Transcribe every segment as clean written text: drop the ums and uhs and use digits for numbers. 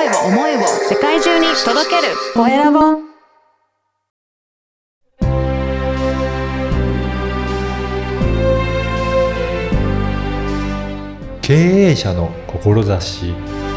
声を思いを世界中に届けるコエラボ。 経営者の志。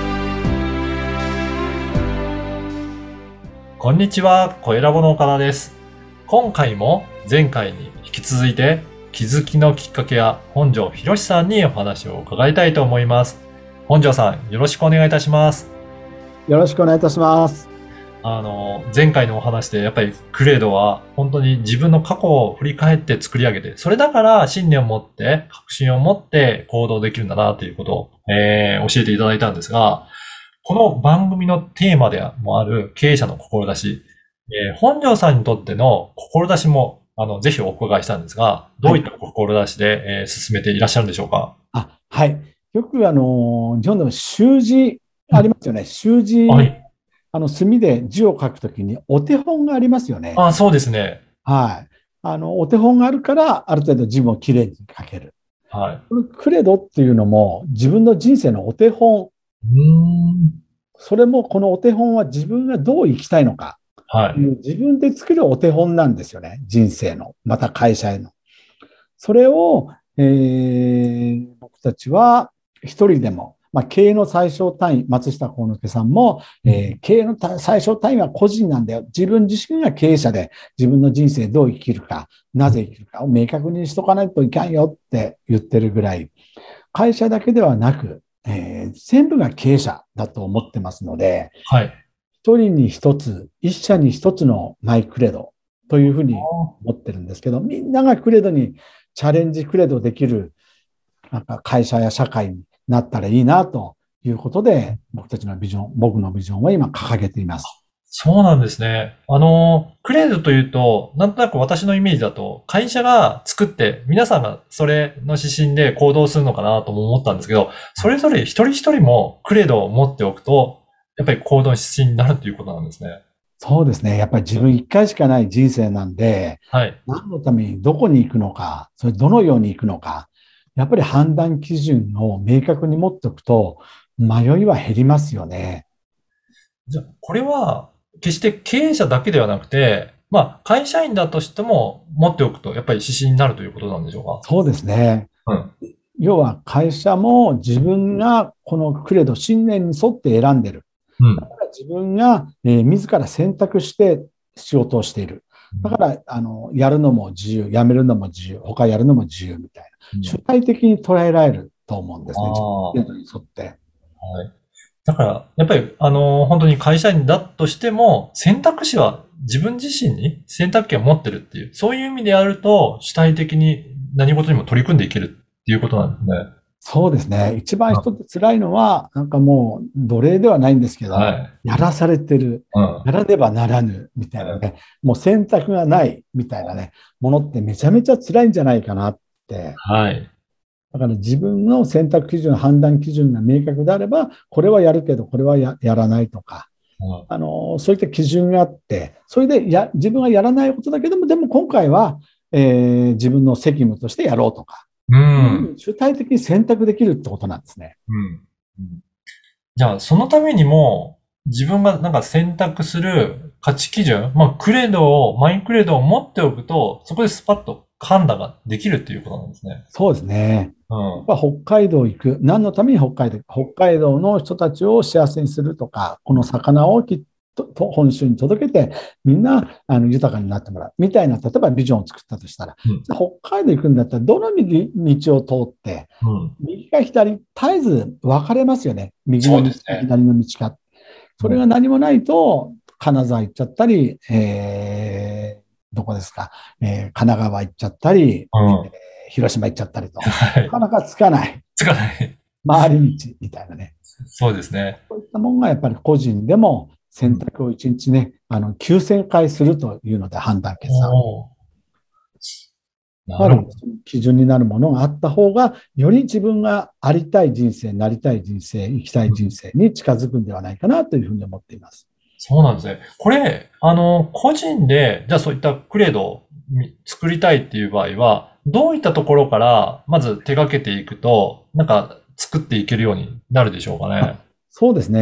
こんにちは、コエラボの岡田です。今回も前回に引き続いて気づきのきっかけや本庄博さんにお話を伺いたいと思います。本庄さん、よろしくお願いいたします。 よろしくお願いいたします。 前回のお話でやっぱりクレードは本当に自分の過去を振り返って作り上げて、それだから信念を持って、確信を持って行動できるんだなということを、教えていただいたんですが、この番組のテーマでもある経営者の志、本庄さんにとっての志もぜひお伺いしたんですが、どういった志で、進めていらっしゃるんでしょうか？ はい。よく日本でも習字ありますよね。習字、 はい。 墨で字を書くときにお手本がありますよね。 そうですね。 はい。お手本があるから、ある程度字もきれいに書ける。 はい。 このクレドっていうのも自分の人生のお手本。それもこのお手本は自分がどう生きたいのか。 はい。 自分で作るお手本なんですよね。人生の。また会社への。それを、僕たちは一人でも、経営の最小単位、松下幸之助さんも、経営の最小単位は個人なんだよ。自分自身が経営者で自分の人生どう生きるか、なぜ生きるかを明確にしとかないといかんよって言ってるぐらい、会社だけではなく、全部が経営者だと思ってますので、 はい。 一人に一つ、一社に一つのマイクレドというふうに思ってるんですけど、みんながクレドにチャレンジクレドできる会社や社会になったらいいなということで、僕のビジョンを今掲げています。 そうなんですね。クレードというと、なんとなく私のイメージだと、会社が作って、皆さんがそれの指針で行動するのかなとも思ったんですけど、それぞれ一人一人もクレードを持っておくと、やっぱり行動の指針になるということなんですね。 そうですね。やっぱり自分一回しかない人生なんで、 はい。 何のためにどこに行くのか、それどのように行くのか、やっぱり判断基準を明確に持っておくと、迷いは減りますよね。 じゃあ、これは、決して経営者だけではなくて、会社員だとしても持っておくと、やっぱり指針になるということなんでしょうか？ そうですね。 うん。 要は会社も自分がこのクレド、信念に沿って選んでる。 うん。 だから自分が、自ら選択して仕事をしている。だから、やるのも自由、やめるのも自由、他やるのも自由みたいな。 うん。 主体的に捉えられると思うんですね。自ああ。 分のに沿って。 はい。だから、やっぱり、本当に会社員だとしても、選択肢は自分自身に選択権を持ってるっていう、そういう意味でやると、主体的に何事にも取り組んでいけるっていうことなんですね。 そうですね。一番う人って辛いのは、もう奴隷ではないんですけん。はど、 い。 やらされてる。 うん。 やらねばならぬみたいなね。もう選択がないみたいなね、ものってめちゃめちゃ辛いんじゃないかなって。 はい。 だから自分の選択基準、判断基準が明確であれば、これはやるけど、これはやらないとか、 うん。 そういった基準があって、それで自分はやらないことだけども、でも今回は、自分の責務としてやろうとか、 うん。 主体的に選択できるってことなんですね。 うん。じゃあ、そのためにも、自分がなんか選択する価値基準、マインクレードを持っておくと、そこでスパッと判断ができるっていうことなんですね。 そうですね。 うん。 北海道行く。何のために北海道の人たちを幸せにするとか、この魚をきっと本州に届けて、みんな豊かになってもらう。みたいな、例えばビジョンを作ったとしたら、 うん。 北海道行くんだったら、どの道を通って、 うん。 右か左、絶えず分かれますよね。右の道かそうですね。 左の道か。それがうん。 何もないと、金沢行っちゃったり、どこですか、神奈川行っちゃったり、 うん。 広島行っちゃったりと、 はい。 なかなかつかない。 つかない。 回り道みたいなね。 そうですね。 そういったものがやっぱり個人でもうん。 選択を1日ね、9000回するというので判断決算。 おー。なだから、 るほど。 その基準になるものがあった方が、より自分がありたい人生、なりたい人生、生きたい人生に近づくんではないかなというふうに思っています。 そうなんですね。これ、個人で、じゃあそういったクレードを作りたいっていう場合は、どういったところから、まず手掛けていくと、なんか作っていけるようになるでしょうかね。 そうですね。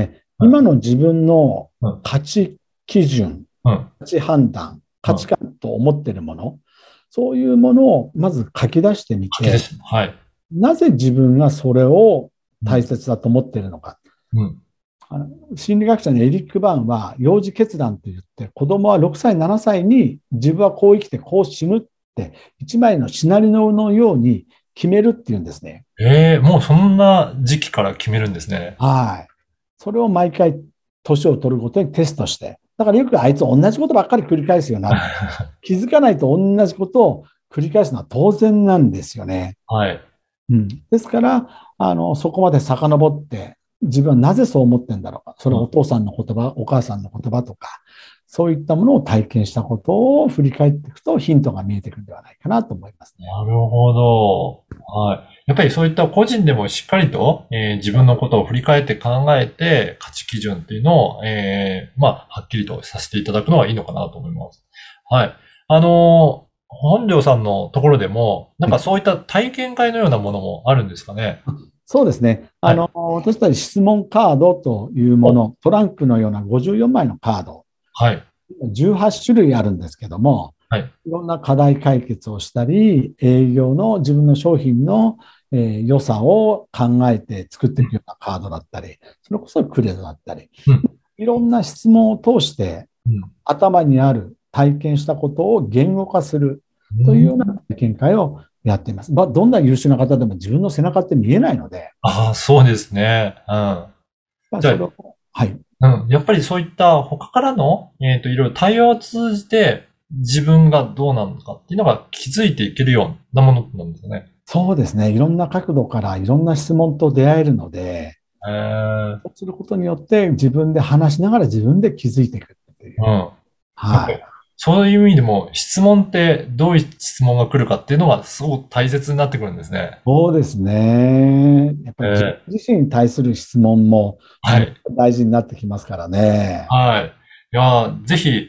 今の自分のうん。 価値基準、 うん。 価値判断、 うん。 価値観と思っているもの、そういうものをまず書き出してみて、 書き出し、はい。 なぜ自分がそれを大うん。 切だと思っているのか。 うん。 心理学者のエリック・バーンは幼児決断といって、子供は6歳、7歳に自分はこう生きてこう死ぬって一枚のシナリオのように決めるっていうんですね。 もうそんな時期から決めるんですね。 はい。それを毎回年を取るごとにテストして。だからよくあいつ同じことばっかり繰り返すよな。気づかないと同じことを繰り返すのは当然なんですよね。 はい。 うん。ですから、そこまで遡って、自分はなぜそう思ってんだろうか。それはお父さんの言葉、お母さんの言葉とか、そういったものを体験したことを振り返っていくとヒントが見えてくるんではないかなと思いますね。 なるほど。はい。やっぱりそういった個人でもしっかりと、自分のことを振り返って考えて、価値基準っていうのを、はっきりとさせていただくのはいいのかなと思います。はい。本庄さんのところでも、なんかそういった体験会のようなものもあるんですかね。 そうですね。 はい。 私たち質問カードというもお、 の、トランクのような54枚のカード、 はい。 18種類あるんですけども、 はい。 いろんな課題解決をしたり、営業の自分の商品の、良さを考えて作っていくようなカードだったり、それこそクレドだったり、 うん。 いろんな質問を通してうん。 頭にある体験したことを言語化するうというようなん。 体験会をやっています。どんな優秀な方でも自分の背中って見えないので、 ああ、そうですね。うん。じゃそれを、はい。 あ、うん。やっぱりそういった他からの、いろいろ対話を通じて自分がどうなのかっていうのが気づいていけるようなものなんですよね。 そうですね。いろんな角度からいろんな質問と出会えるので、 ええ、 そうすることによって自分で話しながら自分で気づいていくっていう。 うん。やっぱり、 はい。 そういう意味でも質問ってどういう質問が来るかっていうのがすごく大切になってくるんですね。 そうですね。やっぱり自分ええ、 自身に対する質問もはい。 大事になってきますからね。 はい。いや、ぜひ、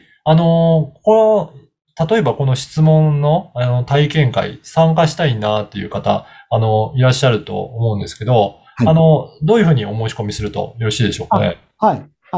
例えばこの質問の、体験会参加したいなっていう方、いらっしゃると思うんですけど、 はい。 どういうふうにお申し込みするとよろしいでしょうかあ、 ね。 はい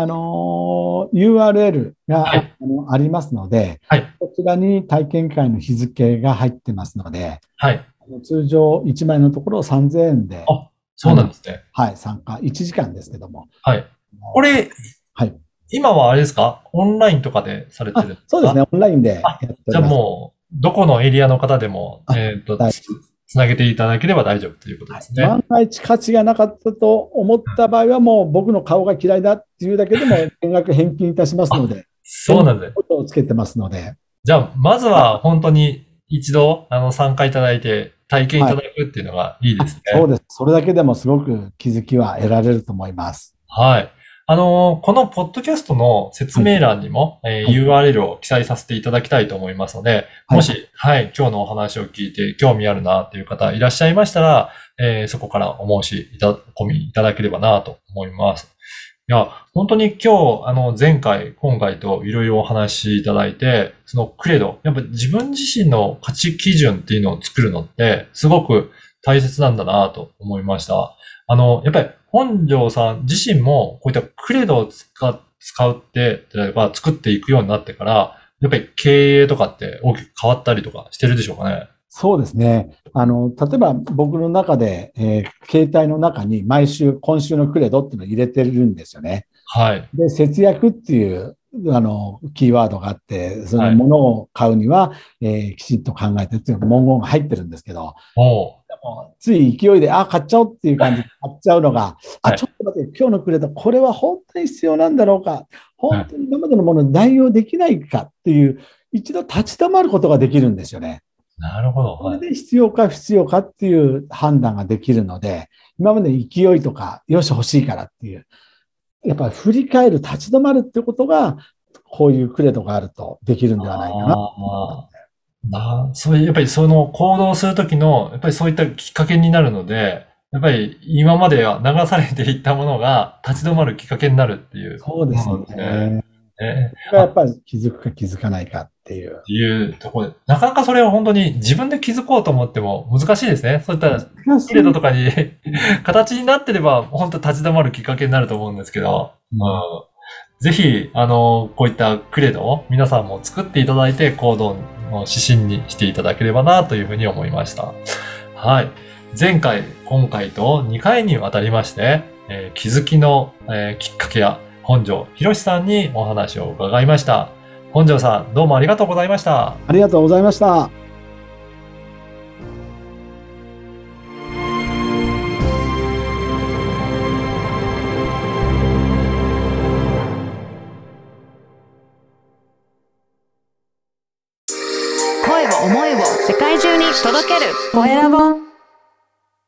。URL がはい。 ありますので、 はい。 こちらに体験会の日付が入ってますので、 はい。 通常1枚のところ3000円で、 あ、そうなんですね。 はい、参加、1時間ですけども、 はい。これ、 はい。 今はあれですか？オンラインとかでされてるんですか？ そうですね。オンラインであ、じゃあやっております。 もう、どこのエリアの方でも、 あ、大つなげていただければ大丈夫ということではい。 すね。 万が一価値がなかったと思った場合は、もう僕の顔が嫌いだっていうだけでも、見学返金いたしますのあ、 で、返金そうなんです。 コードをつけてますので、 じゃあ、まずは本当に一度、参加いただいて体験いはい。 ただくっていうのがいいですね。 そうです。それだけでもすごく気づきは得られると思います。 はい。このポッドキャストの説はい。 明欄にも、 はい。 URL を記載させていただきたいと思いますので、 はい。 もし、はい、今日のお話を聞いて興味あるなという方いらっしゃいましたら、そこからお申し込みいただければなと思います。いや、本当に今日、前回、今回といろいろお話しいただいて、そのクレド、やっぱ自分自身の価値基準っていうのを作るのって、すごく大切なんだなと思いました。やっぱり本庄さん自身もこういったクレドを使うって、例えば作っていくようになってから、やっぱり経営とかって大きく変わったりとかしてるでしょうかね。 そうですね。例えば僕の中で、携帯の中に毎週、今週のクレドっていうのを入れてるんですよね。 はい。 で、節約っていう、キーワードがあって、そのはい。 物を買うには、きちっと考えてっていう文言が入ってるんですけど、 おう。 つい勢いで、買っちゃおうっていう感じで買っちゃうのが、 はい。 ちょっと待って、今日のクレド、これは本当に必要なんだろうか、 はい。 本当に今までのものを代用できないかっていう、一度立ち止まることができるんですよね。 なるほど。 それはい。 で必要か不必要かっていう判断ができるので、今まで勢いとか、よし欲しいからっていう、やっぱり振り返る、立ち止まるっていうことが、こういうクレドがあるとできるんではないかな。 あそういう、やっぱりその行動するときの、やっぱりそういったきっかけになるので、やっぱり今までは流されていったものが立ち止まるきっかけになるっていうそうですものなんですね。 ね。 えそれがやっぱり気づくか気づかないか。 っていう。 いうところで、なかなかそれを本当に自分で気づこうと思っても難しいですね。そういったクレードとかに形になってれば本当立ち止まるきっかけになると思うんですけど、ぜひ、こういったクレードを皆さんも作っていただいて行動の指針にしていただければなというふうに思いました。はい。前回、今回と2回にわたりまして、気づきの、きっかけや本庄博さんにお話を伺いました。本庄さん、どうもありがとうございました。 ありがとうございました。 声を思いを世界中に届けるコエラボ。